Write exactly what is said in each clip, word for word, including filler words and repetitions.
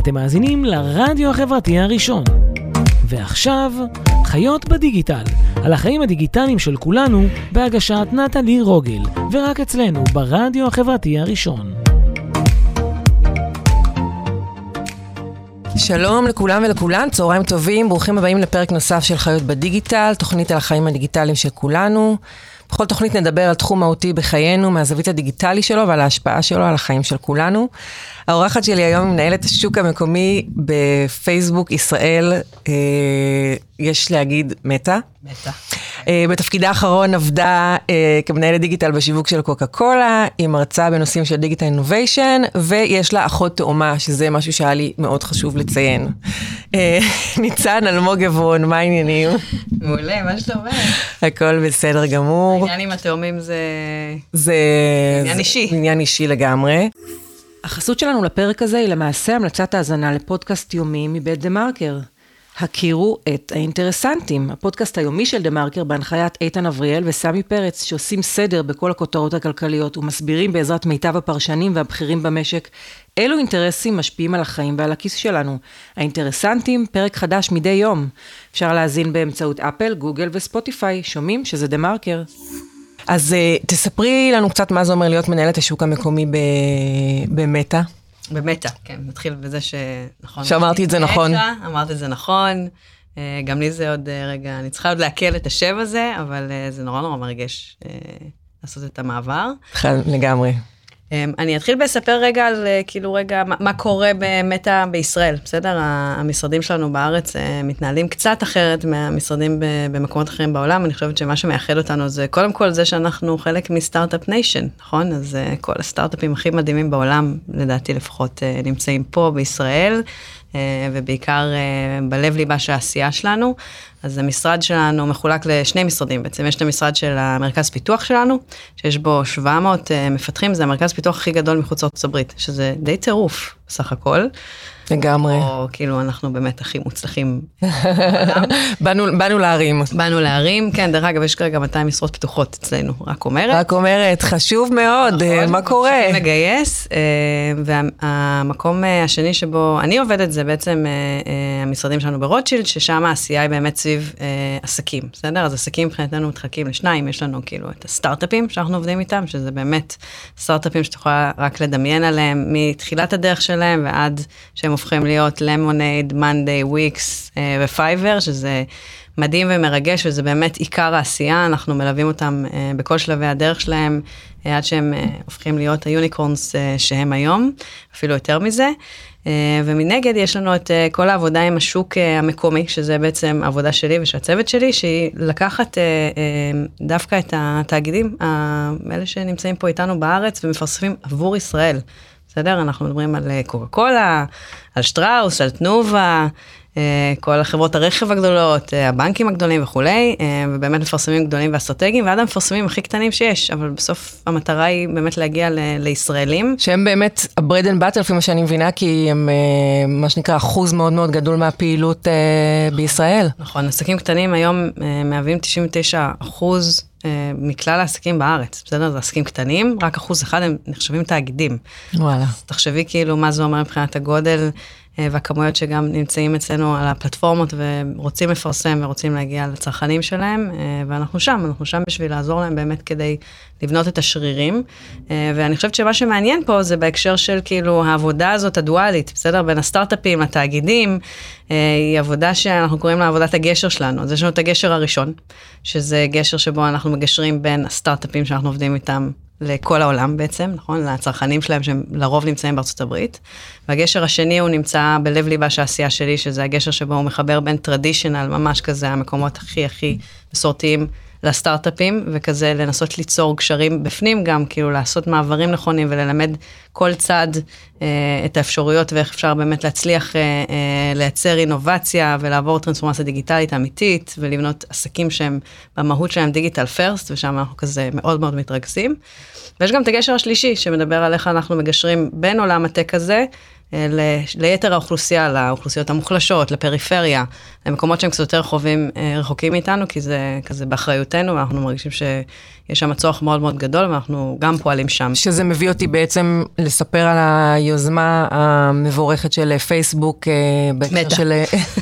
אתם מאזינים לרדיו החברתי הראשון. ועכשיו, חיות בדיגיטל, על החיים הדיגיטליים של כולנו, בהגשת נטלי רוגל, ורק אצלנו ברדיו החברתי הראשון. שלום לכולם ולכולן, צהריים טובים, ברוכים הבאים לפרק נוסף של חיות בדיגיטל, תוכנית על החיים הדיגיטליים של כולנו. בכל תוכנית נדבר על תחום מהותי בחיינו, מהזווית הדיגיטלי שלו ועל ההשפעה שלו על החיים של כולנו. האורחת שלי היום מנהלת השוק המקומי בפייסבוק ישראל, אה, יש להגיד מטה. מטה. אה, בתפקידה האחרון עבדה אה, כמנהלת דיגיטל בשיווק של קוקה קולה, היא מרצה בנושאים של דיגיטל אינוביישן, ויש לה אחות תאומה, שזה משהו שהיה לי מאוד חשוב לציין. אה, ניצן אלמוג גבון, מה העניינים? מעולה, מה שאתה אומר? הכל בסדר גמור. העניין עם התאומים זה... זה... עניין אישי. עניין אישי לגמרי. החסות שלנו לפרק הזה היא למעשה המלצת האזנה לפודקאסט יומי מבית דה מרקר. הכירו את האינטרסנטים, הפודקאסט היומי של דה מרקר בהנחיית איתן אבריאל וסמי פרץ, שעושים סדר בכל הכותרות הכלכליות ומסבירים בעזרת מיטב הפרשנים והבכירים במשק, אילו אינטרסים משפיעים על החיים ועל הכיס שלנו. האינטרסנטים, פרק חדש מדי יום. אפשר להזין באמצעות אפל, גוגל וספוטיפיי, שומעים שזה דה מרקר. אז uh, תספרי לנו קצת מה זה אומר להיות מנהלת השוק המקומי במטה. במטה, כן, נתחיל בזה שנכון. שאמרתי את זה נכון. אמרת את זה נכון, גם לי זה עוד רגע, אני צריכה עוד להקל את השב הזה, אבל זה נורא נורא מרגש לעשות את המעבר. לגמרי. אני אתחיל בספר רגע על, כאילו רגע, מה, מה קורה במטה בישראל, בסדר? המשרדים שלנו בארץ מתנהלים קצת אחרת מהמשרדים במקומות אחרים בעולם, אני חושבת שמה שמייחד אותנו זה, קודם כל זה שאנחנו חלק מסטארט-אפ ניישן, נכון? אז כל הסטארט-אפים הכי מדהימים בעולם, לדעתי לפחות, נמצאים פה בישראל, ובעיקר בלב ליבה של העשייה שלנו. אז המשרד שלנו מחולק לשני משרדים, בעצם יש את המשרד של המרכז פיתוח שלנו, שיש בו שבע מאות מפתחים, זה המרכז פיתוח הכי גדול מחוץ לארצות הברית, שזה די טירוף בסך הכל. לגמרי. או כאילו אנחנו באמת הכי מוצלחים. באנו, באנו להרים. באנו להרים, כן, דרך אגב, יש כרגע מאתיים משרות פתוחות אצלנו, רק אומרת. רק אומרת, חשוב מאוד, מה קורה? חשוב לגייס, והמקום השני שבו אני עובדת זה בעצם המשרדים שלנו ברוטשילד, ששם העשייה היא באמת סביב עסקים, בסדר? אז עסקים מבחינתנו מתחלקים לשניים, יש לנו כאילו את הסטארט-אפים שאנחנו עובדים איתם, שזה באמת סטארט-אפים שאתה יכולה רק לדמיין עליהם, מתחילת הדרך שלהם ועד שהם הופכים להיות למונייד, מנדיי, וויקס ופייבר, שזה מדהים ומרגש, וזה באמת עיקר העשייה, אנחנו מלווים אותם בכל שלבי הדרך שלהם, עד שהם הופכים להיות היוניקורנס שהם היום, אפילו יותר מזה. ומנגד יש לנו את כל העבודה עם השוק המקומי, שזה בעצם העבודה שלי ושהצוות שלי, שהיא לקחת דווקא את התאגידים, אלה שנמצאים פה איתנו בארץ ומפרסמים עבור ישראל. בסדר? אנחנו מדברים על קוקה קולה, על שטראוס, על תנובה, כל החברות הרכב הגדולות, הבנקים הגדולים וכולי, ובאמת מפרסמים גדולים ואסטרטגיים, ועד המפרסמים הכי קטנים שיש, אבל בסוף המטרה היא באמת להגיע ל- לישראלים. שהם באמת הברד אנד באטר, לפי מה שאני מבינה, כי הם, מה שנקרא, אחוז מאוד מאוד גדול מהפעילות בישראל. נכון, עסקים קטנים היום מהווים תשעים ותשעה אחוז מכלל העסקים בארץ, בסדר? זה עסקים קטנים, רק אחוז אחד הם נחשבים תאגידים. וואלה. אז תחשבי כאילו מה זה אומר מבחינת הגודל, והכמויות שגם נמצאים אצלנו על הפלטפורמות, ורוצים לפרסם ורוצים להגיע לצרכנים שלהם, ואנחנו שם, אנחנו שם בשביל לעזור להם באמת כדי לבנות את השרירים, ואני חושבת שמה שמעניין פה זה בהקשר של כאילו העבודה הזאת הדואלית, בסדר? בין הסטארט-אפים לתאגידים, היא עבודה שאנחנו קוראים לה עבודת הגשר שלנו, אז יש לנו את הגשר הראשון, שזה גשר שבו אנחנו מגשרים בין הסטארט-אפים שאנחנו עובדים איתם, לכל העולם בעצם, נכון? לצרכנים שלהם שהם לרוב נמצאים בארצות הברית. והגשר השני הוא נמצא בלב ליבה של העשייה שלי, שזה הגשר שבו הוא מחבר בין טרדישיונל, ממש כזה, המקומות הכי הכי מסורתיים לסטארט-אפים, וכזה לנסות ליצור גשרים בפנים גם, כאילו לעשות מעברים נכונים וללמד כל צד אה, את האפשרויות ואיך אפשר באמת להצליח אה, אה, לייצר אינובציה ולעבור טרנספורמציה דיגיטלית אמיתית ולבנות עסקים שהם במהות שלהם דיגיטל פרסט, ושם אנחנו כזה מאוד מאוד מתרגסים. ויש גם את הגשר השלישי שמדבר על איך אנחנו מגשרים בין עולם הטק הזה, ליתר האוכלוסייה, לאוכלוסיות המוחלשות, לפריפריה, למקומות שהם קצת יותר חווים, רחוקים מאיתנו, כי זה כזה באחריותנו, ואנחנו מרגישים שיש שם צורך מאוד מאוד גדול, ואנחנו גם פועלים שם. שזה מביא אותי בעצם לספר על היוזמה המבורכת של פייסבוק, מטא. של...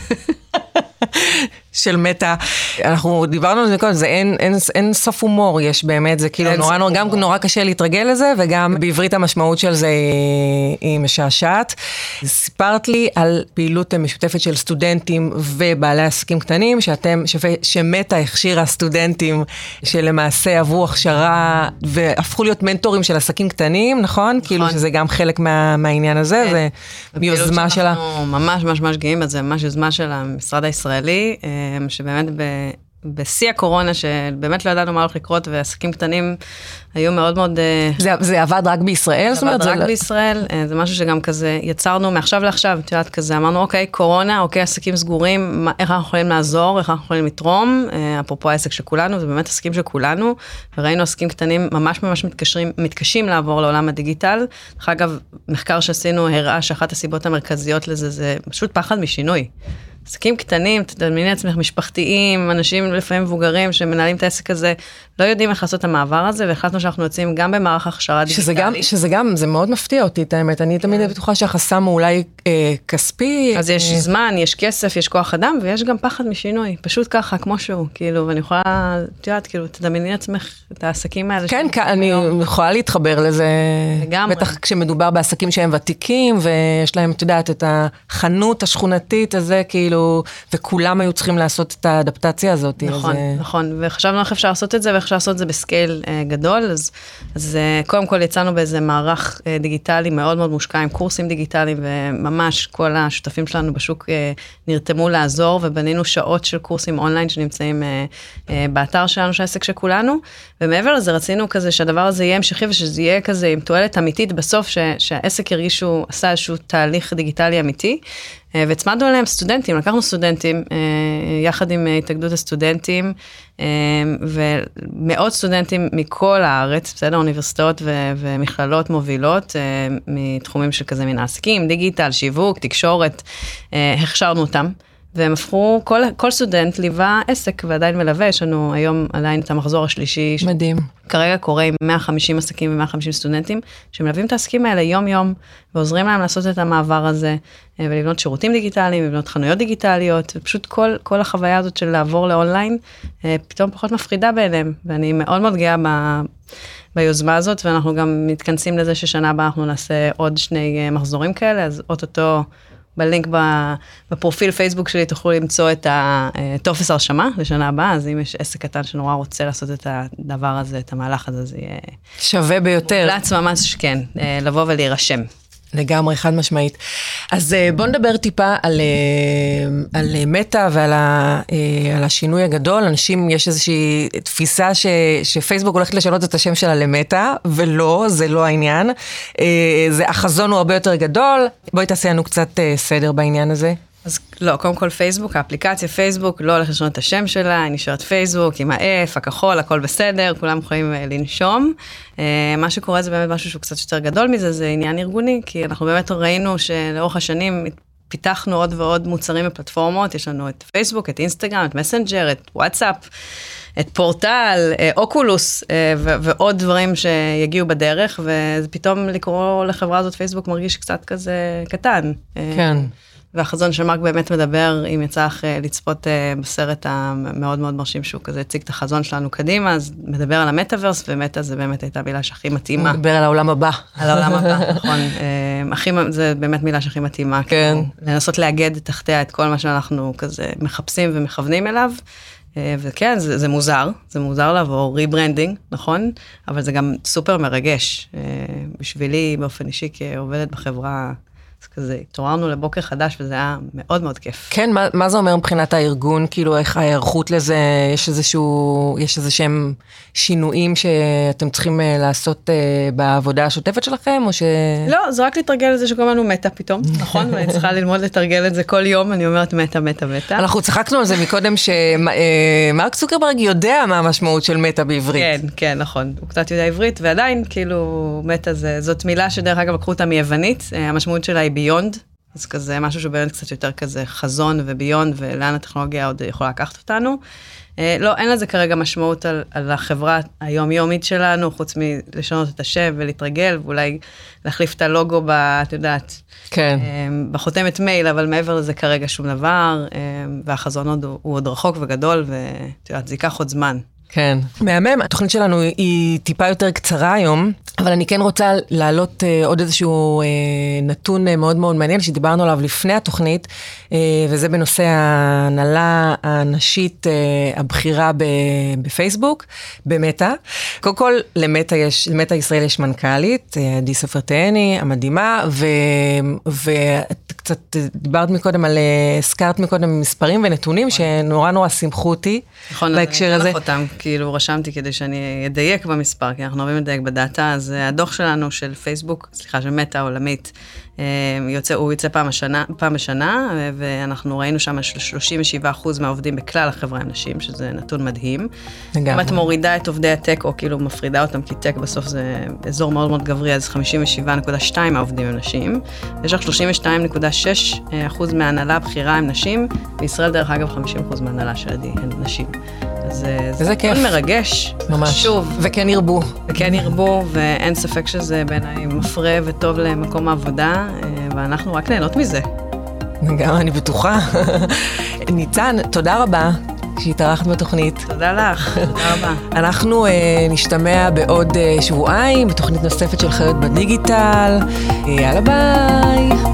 של מטא. אנחנו דיברנו על זה קודם, זה אין, אין, אין סוף הומור, יש באמת, זה כאילו נורא, נורא, גם נורא קשה להתרגל לזה, וגם בעברית המשמעות של זה היא, היא משעשעת. סיפרת לי על פעילות משותפת של סטודנטים ובעלי עסקים קטנים, שאתם, שמטא הכשירה סטודנטים שלמעשה עברו הכשרה, והפכו להיות מנטורים של עסקים קטנים, נכון? נכון. כאילו שזה גם חלק מה, מהעניין הזה, זה מיוזמה שלה. אנחנו ממש ממש ממש גאים בזה, ממש יוזמה של המשרד הישראלי, שבאמת ב... בשיא הקורונה, שבאמת לא ידענו מה הולך לקרות, ועסקים קטנים היו מאוד מאוד... זה, זה עבד רק בישראל? זה עבד רק זה... בישראל, זה משהו שגם כזה יצרנו מעכשיו לעכשיו, את יודעת כזה, אמרנו, אוקיי, קורונה, אוקיי, עסקים סגורים, מה, איך אנחנו יכולים לעזור, איך אנחנו יכולים לתרום, אפרופו העסק של כולנו, זה באמת עסקים של כולנו, וראינו עסקים קטנים ממש ממש מתקשרים, מתקשים לעבור לעולם הדיגיטל. דרך אגב, מחקר שעשינו הראה שאחת הסיבות המרכזיות לזה, זה פשוט פחד משינוי. עסקים קטנים, תדמייני עצמך משפחתיים, אנשים לפעמים מבוגרים שמנהלים את העסק הזה, לא יודעים איך לעשות את המעבר הזה, והחלטנו שאנחנו יוצאים גם במערך הכשרה דיגיטלית. שזה גם, שזה גם, זה מאוד מפתיע אותי, את האמת, אני תמיד בטוחה שהחסם הוא אולי אה, כספי. אז יש זמן, יש כסף, יש כוח אדם, ויש גם פחד משינוי, פשוט ככה, כמו שהוא, כאילו, ואני יכולה, את יודעת, כאילו, תדמייני עצמך את העסקים האלה. כן, אני יכולה להתחבר לזה, בטח כשמדובר בעסקים שהם ותיקים, ויש להם, את יודעת, את החנות השכונתית הזה, כאילו, וכולם היו צריכים לעשות את האדפטציה הזאת. נכון, נכון, וחשבנו איך אפשר לעשות את זה, ואיך אפשר לעשות את זה בסקייל גדול, אז, אז קודם כל יצאנו באיזה מערך דיגיטלי מאוד מאוד מושקע, עם קורסים דיגיטליים, וממש כל השותפים שלנו בשוק נרתמו לעזור, ובנינו שעות של קורסים אונליין, שנמצאים באתר שלנו, שהעסק של כולנו, ומעבר לזה רצינו כזה, שהדבר הזה יהיה המשכי, ושזה יהיה כזה עם תועלת אמיתית בסוף, ש, שהעסק ירגישו, עשה איזשהו תהליך דיגיטלי אמיתי, והצמדנו עליהם סטודנטים, לקחנו סטודנטים, יחד עם התאגדות הסטודנטים, ומאות סטודנטים מכל הארץ, בסדר, אוניברסיטאות ומכללות מובילות, מתחומים של כזה מן העסקים, דיגיטל, שיווק, תקשורת, הכשרנו אותם, והם הפכו, כל, כל סטודנט ליווה עסק, ועדיין מלווה, יש לנו היום עדיין את המחזור השלישי. מדהים. כרגע קורה עם מאה וחמישים עסקים ו-מאה וחמישים סטודנטים, שמלווים את העסקים האלה יום-יום, ועוזרים להם לעשות את המעבר הזה, ולבנות שירותים דיגיטליים, ולבנות חנויות דיגיטליות, ופשוט כל, כל החוויה הזאת של לעבור לאונליין, פתאום פחות מפחידה ביניהם, ואני מאוד מאוד גאה ב... ביוזמה הזאת, ואנחנו גם מתכנסים לזה ששנה הבאה אנחנו נעשה עוד שני מחזורים כאלה, אז אוטוטו בלינק בפרופיל פייסבוק שלי תוכלו למצוא את הטופס הרשמה לשנה הבאה, אז אם יש עסק קטן שנורא רוצה לעשות את הדבר הזה, את המהלך הזה, זה יהיה... שווה ביותר. מומלץ ממש, כן, לבוא ולהירשם. לגמרי, חד משמעית. אז בוא נדבר טיפה על, על מטא ועל ה, על השינוי הגדול. אנשים, יש איזושהי תפיסה ש, שפייסבוק הולכת לשנות את השם שלה למטא, ולא, זה לא העניין. זה, החזון הוא הרבה יותר גדול. בואי תעשה לנו קצת סדר בעניין הזה. אז לא, קודם כל פייסבוק, האפליקציה פייסבוק, לא הולך לשנות את השם שלה, היא נשארת פייסבוק, עם ה-F, הכחול, הכל בסדר, כולם יכולים לנשום. מה שקורה זה באמת משהו שהוא קצת יותר גדול מזה, זה עניין ארגוני, כי אנחנו באמת ראינו שלאורך השנים פיתחנו עוד ועוד מוצרים בפלטפורמות, יש לנו את פייסבוק, את אינסטגרם, את מסנג'ר, את וואטסאפ, את פורטל, אוקולוס, ועוד דברים שיגיעו בדרך, ופתאום לקרוא לחברה הזאת פייסבוק מרגיש קצת כזה קטן. כן. והחזון של מרק באמת מדבר, אם יצא לך לצפות בסרט המאוד מאוד מרשים שהוא כזה הציג את החזון שלנו קדימה, אז מדבר על המטאברס, ומטא זה באמת הייתה מילה שהכי מתאימה. מדבר על העולם הבא. על העולם הבא, נכון. זה באמת מילה שהכי מתאימה. כן. לנסות לאגד תחתיה את כל מה שאנחנו כזה מחפשים ומכוונים אליו, וכן, זה, זה מוזר, זה מוזר לעבור ריברנדינג, נכון? אבל זה גם סופר מרגש. בשבילי, באופן אישי, כעובדת בחברה, אז כזה, התעוררנו לבוקר חדש, וזה היה מאוד מאוד כיף. כן, מה, מה זה אומר מבחינת הארגון? כאילו, איך ההיערכות לזה? יש איזשהו, יש איזשהם שינויים שאתם צריכים לעשות בעבודה השוטפת שלכם, או ש... לא, זה רק להתרגל לזה שקוראים לנו מטא פתאום, נכון? ואני צריכה ללמוד לתרגל את זה כל יום, אני אומרת מטא, מטא, מטא. אנחנו צחקנו על זה מקודם, שמרק צוקרברג יודע מה המשמעות של מטא בעברית. כן, כן, נכון. הוא קצת יודע עברית, ועדיין, כאילו, מטא זה, זאת מילה שדרך אגב לקחו אותה מיוונית, המשמעות שלה ביונד, אז כזה משהו שבאמת קצת יותר כזה חזון וביונד, ולאן הטכנולוגיה עוד יכולה לקחת אותנו. לא, אין לזה כרגע משמעות על, על החברה היומיומית שלנו, חוץ מלשנות את השם ולהתרגל, ואולי להחליף את הלוגו, ב, את יודעת, כן. בחותמת מייל, אבל מעבר לזה כרגע שום דבר, והחזון עוד, הוא עוד רחוק וגדול, ואת יודעת, זה ייקח עוד זמן. כן. מהמם, התוכנית שלנו היא טיפה יותר קצרה היום, אבל אני כן רוצה להעלות אה, עוד איזשהו אה, נתון אה, מאוד מאוד מעניין, שדיברנו עליו לפני התוכנית, אה, וזה בנושא ההנהלה הנשית אה, הבחירה ב, בפייסבוק, במטה. קודם כל, למטה, יש, למטה ישראל יש מנכ"לית, אה, עדי סופר תהני, המדהימה, ו, ואת קצת דיברת מקודם על, הזכרת מקודם מספרים ונתונים, שנורא נורא שימחו אותי נכון, בהקשר הזה. אותם, כאילו רשמתי כדי שאני אדייק במספר, כי אנחנו אוהבים לדייק בדאטה, אז הדוח שלנו של פייסבוק, סליחה, של מטה עולמית, יוצא, הוא יוצא פעם בשנה, פעם בשנה, ואנחנו ראינו שם שלושים ושבעה אחוז מהעובדים בכלל החברה עם נשים, שזה נתון מדהים. אם את מורידה את עובדי הטק, או כאילו מפרידה אותם, כי טק בסוף זה אזור מאוד מאוד גברי, אז חמישים ושבע נקודה שתיים מהעובדים הם נשים, ויש לך שלושים ושתיים נקודה שש אחוז מההנהלה הבחירה הם נשים, בישראל דרך אגב חמישים אחוז מההנהלה של עדי הן נשים. אז זה כיף. מרגש, ממש. חשוב. וכן ירבו. וכן ירבו, ואין ספק שזה בעיניי מפרה וטוב למקום העבודה, ואנחנו רק נהנות מזה. גם אני בטוחה. ניצן, תודה רבה שהתארחת בתוכנית. תודה לך, תודה רבה. אנחנו uh, נשתמע בעוד uh, שבועיים, בתוכנית נוספת של חיות בדיגיטל. יאללה ביי.